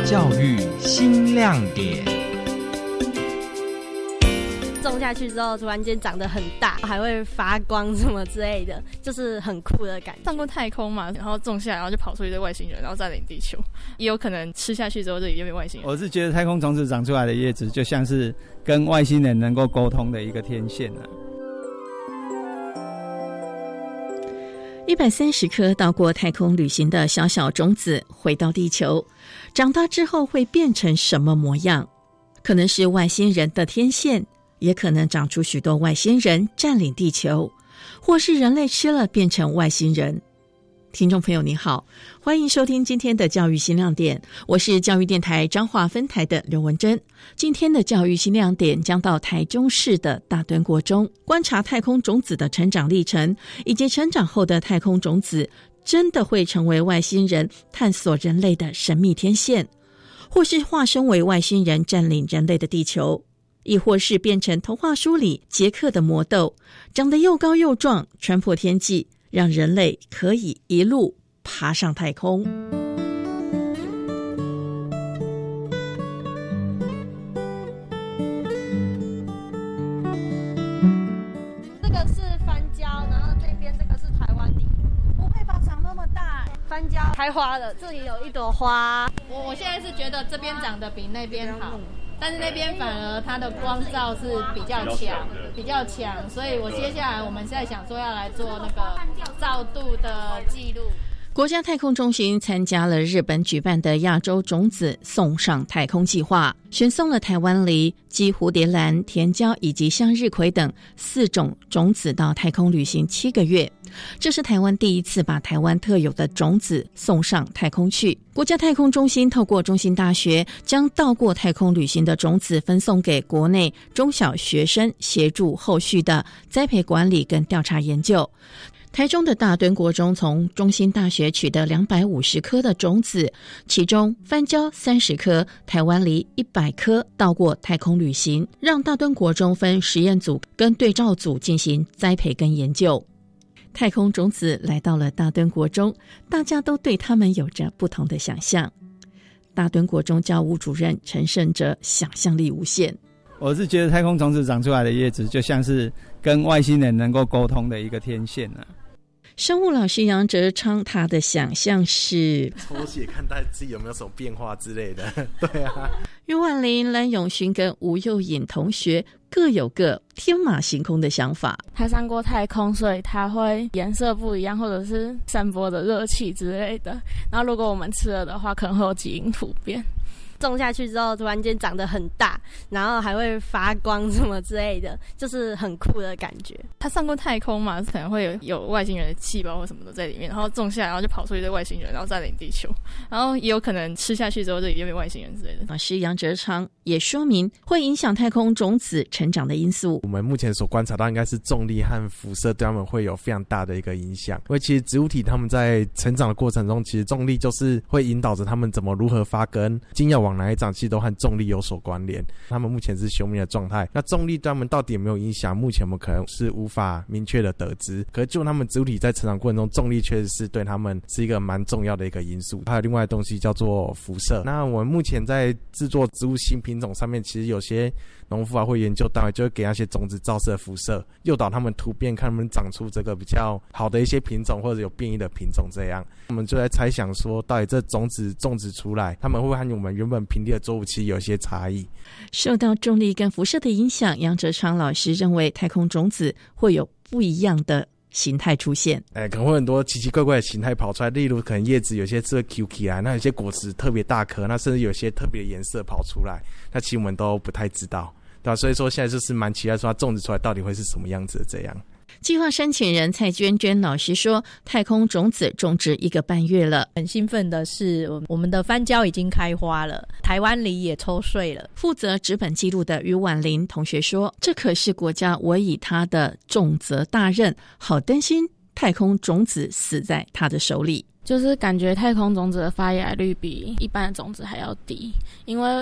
教育新亮点。 种下去之后突然间长得很大，还会发光什么之类的，就是很酷的感觉。 上过太空嘛，然后种下来，然后就跑出一堆外星人，然后占领地球，也有可能吃下去之后这里就变外星人。 我是觉得太空种子长出来的叶子就像是跟外星人能够沟通的一个天线了。 130颗到过太空旅行的小小种子回到地球，长大之后会变成什么模样？可能是外星人的天线，也可能长出许多外星人占领地球，或是人类吃了变成外星人。听众朋友你好，欢迎收听今天的教育新亮点，我是教育电台彰化分台的刘文珍。今天的教育新亮点将到台中市的大墩国中，观察太空种子的成长历程，以及成长后的太空种子真的会成为外星人探索人类的神秘天线，或是化身为外星人占领人类的地球，亦或是变成童话书里杰克的魔豆，长得又高又壮，穿破天际，让人类可以一路爬上太空。 这个是番椒，然后这边这个是台湾梨。 不会吧，长那么大！ 番椒开花了，这里有一朵花。 我现在是觉得这边长得比那边好，但是那边反而它的光照是比较强，所以我接下来我们现在想说要来做那个照度的记录。 国家太空中心参加了日本举办的亚洲种子送上太空计划，选送了台湾梨、鸡蝴蝶兰、甜椒以及向日葵等4种种子到太空旅行7个月。这是台湾第一次把台湾特有的种子送上太空去。国家太空中心透过中兴大学，将到过太空旅行的种子分送给国内中小学生，协助后续的栽培管理跟调查研究。台中的大墩国中从中兴大学取得250颗的种子，其中番椒30颗、台湾梨100颗到过太空旅行，让大墩国中分实验组跟对照组进行栽培跟研究。太空种子来到了大墩国中，大家都对他们有着不同的想象。大墩国中教务主任陈胜哲想象力无限。 我是觉得太空种子长出来的叶子就像是跟外星人能够沟通的一个天线了。 生物老师杨哲昌他的想象是抽血看待自己有没有什么变化之类的。对啊， 余婉玲、蓝永勋跟吴幼颖同学各有个天马行空的想法。 他上过太空，所以他会颜色不一样，或者是散播的热气之类的，然后如果我们吃了的话可能会有基因突变。 种下去之后突然间长得很大，然后还会发光什么之类的，就是很酷的感觉。 他上过太空嘛，可能会有外星人的细胞或什么的在里面，然后种下来，然后就跑出一堆外星人，然后占领地球，然后也有可能吃下去之后这里就变外星人之类的。 老师杨哲昌也说明会影响太空种子成长的因素。 我们目前所观察到应该是重力和辐射对他们会有非常大的一个影响，因为其实植物体他们在成长的过程中，其实重力就是会引导着他们如何发根，茎要往哪里长，其实都和重力有所关联。他们目前是休眠的状态，那重力对他们到底有没有影响，目前我们可能是无法明确的得知。可是就他们植物体在成长过程中，重力确实是对他们是一个蛮重要的一个因素。还有另外的东西叫做辐射。那我们目前在制作植物新品种上面，其实有些农夫会研究到，就会给那些种子照射辐射，诱导他们突变，看他们长出这个比较好的一些品种，或者有变异的品种。这样我们就在猜想说，到底这种子种植出来，他们会不会和我们原本平地的作物其实有些差异。 受到重力跟辐射的影响，杨哲昌老师认为太空种子会有不一样的形态出现。 可能会很多奇奇怪怪的形态跑出来，例如可能叶子有些是会 Q 起来，那有些果实特别大颗，那甚至有些特别的颜色跑出来，那其实我们都不太知道，对吧？所以说现在就是蛮期待说它种植出来到底会是什么样子的这样。 计划申请人蔡娟娟老师说，太空种子种植1个半月了， 很兴奋的是我们的番椒已经开花了，台湾梨也抽穗了。 负责纸本记录的余婉玲同学说，这可是国家委以他的重责大任，好担心太空种子死在他的手里。 就是感觉太空种子的发芽率比一般的种子还要低，因为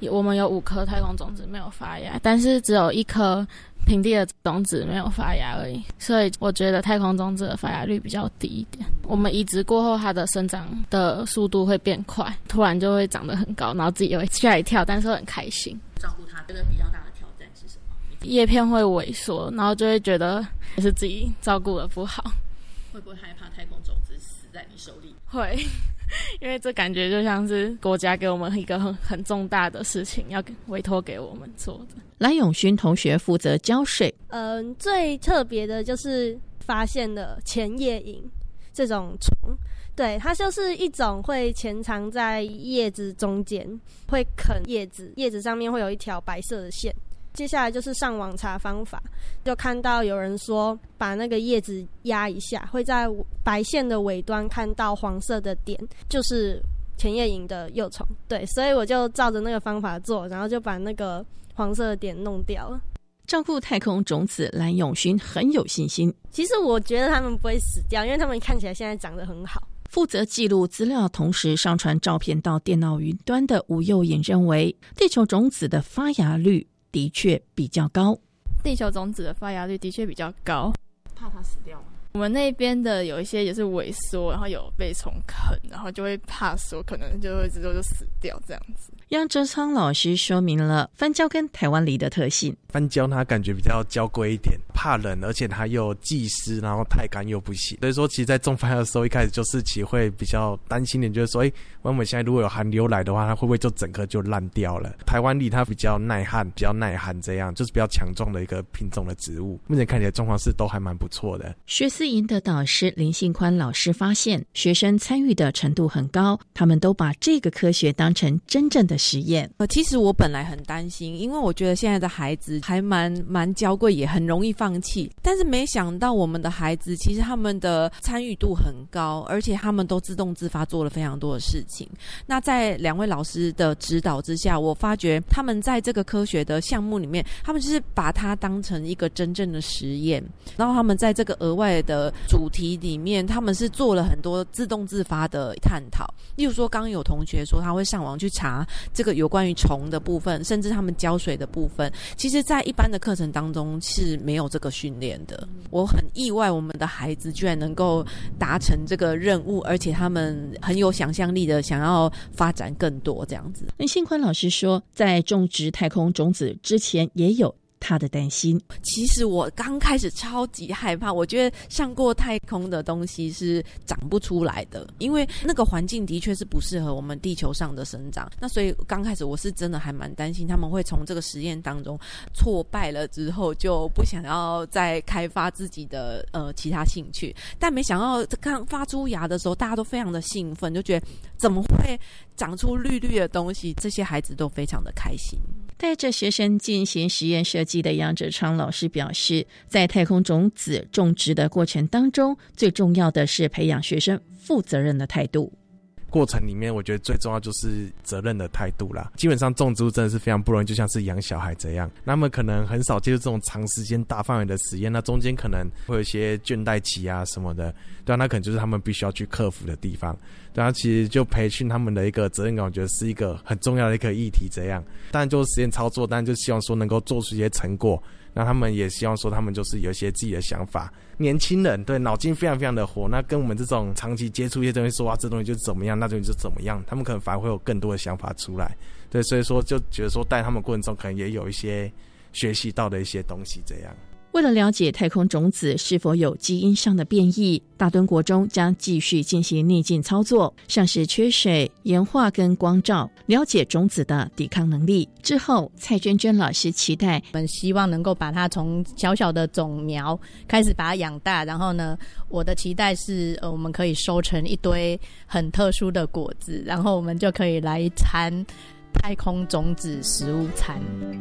我们有5颗太空种子没有发芽，但是只有1颗平地的种子没有发芽而已，所以我觉得太空种子的发芽率比较低一点。我们移植过后，它的生长的速度会变快，突然就会长得很高，然后自己也会吓一跳，但是会很开心。 照顾它，觉得比较大的挑战是什么？ 叶片会萎缩，然后就会觉得是自己照顾的不好。 会不会害怕太空种子死在你手里？ 会，因为这感觉就像是国家给我们一个很重大的事情要委托给我们做的。 蓝永勋同学负责浇水。 最特别的就是发现了前叶蝇这种虫，对，它就是一种会潜藏在叶子中间，会啃叶子，叶子上面会有一条白色的线。接下来就是上网查方法，就看到有人说把那个叶子压一下，会在白线的尾端看到黄色的点，就是前叶蝇的幼虫。对，所以我就照着那个方法做，然后就把那个黄色的点弄掉了。 照顾太空种子，蓝永勋很有信心。 其实我觉得他们不会死掉，因为他们看起来现在长得很好。 负责记录资料同时上传照片到电脑云端的吴幼颖认为，地球种子的发芽率的确比较高。 地球种子的发芽率的确比较高。 怕它死掉吗？ 我们那边的有一些也是萎缩，然后有被虫啃，然后就会怕说可能就会之后就死掉这样子。 杨哲昌老师说明了番椒跟台湾梨的特性。 番椒它感觉比较娇贵一点，怕冷，而且它又忌湿，然后太干又不行。所以说其实在种番椒的时候，一开始就是其实会比较担心点，就是说我们现在如果有寒流来的话，它会不会就整颗就烂掉了。台湾梨它比较耐旱，比较耐寒，这样就是比较强壮的一个品种的植物。目前看起来状况是都还蛮不错的。 学思营的导师林信宽老师发现，学生参与的程度很高，他们都把这个科学当成真正的实验。 其实我本来很担心，因为我觉得现在的孩子还蛮娇贵，也很容易放弃。但是没想到我们的孩子其实他们的参与度很高，而且他们都自动自发做了非常多的事情。那在2位老师的指导之下，我发觉他们在这个科学的项目里面，他们就是把它当成一个真正的实验。然后他们在这个额外的主题里面，他们是做了很多自动自发的探讨。例如说刚刚有同学说他会上网去查这个有关于虫的部分，甚至他们浇水的部分，其实在一般的课程当中是没有这个训练的。我很意外我们的孩子居然能够达成这个任务，而且他们很有想象力的想要发展更多这样子。 林信宽老师说，在种植太空种子之前也有他的担心。 其实我刚开始超级害怕，我觉得上过太空的东西是长不出来的，因为那个环境的确是不适合我们地球上的生长。那所以刚开始我是真的还蛮担心他们会从这个实验当中挫败了之后就不想要再开发自己的其他兴趣。但没想到刚发出芽的时候，大家都非常的兴奋，就觉得怎么会长出绿绿的东西，这些孩子都非常的开心。 带着学生进行实验设计的杨哲昌老师表示，在太空种子种植的过程当中，最重要的是培养学生负责任的态度。 过程里面我觉得最重要就是责任的态度啦。基本上种植物真的是非常不容易，就像是养小孩这样，那么可能很少接触这种长时间大范围的实验，那中间可能会有一些倦怠期啊什么的，对啊，那可能就是他们必须要去克服的地方。对啊，其实就培训他们的一个责任感，我觉得是一个很重要的一个议题这样。当然就是实验操作，当然就希望说能够做出一些成果，那他们也希望说他们就是有一些自己的想法。年轻人对脑筋非常非常的活，那跟我们这种长期接触一些东西说这东西就是怎么样，那东西就怎么样，他们可能反而会有更多的想法出来。对，所以说就觉得说带他们过程中可能也有一些学习到的一些东西这样。 为了了解太空种子是否有基因上的变异，大墩国中将继续进行逆境操作，像是缺水、盐化跟光照，了解种子的抵抗能力。之后蔡娟娟老师期待， 我们希望能够把它从小小的种苗开始把它养大，然后呢，我的期待是我们可以收成一堆很特殊的果子，然后我们就可以来餐太空种子食物餐。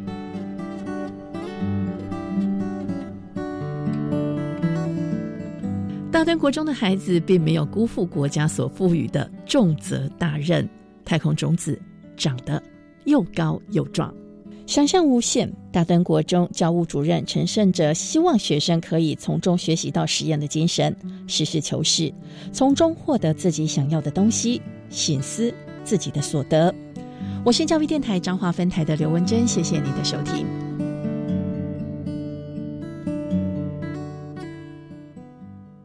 大墩国中的孩子并没有辜负国家所赋予的重责大任，太空种子长得又高又壮，想象无限。大墩国中教务主任陈胜哲希望学生可以从中学习到实验的精神，实事求是，从中获得自己想要的东西，省思自己的所得。 我是教育电台彰化分台的刘文珍，谢谢你的收听。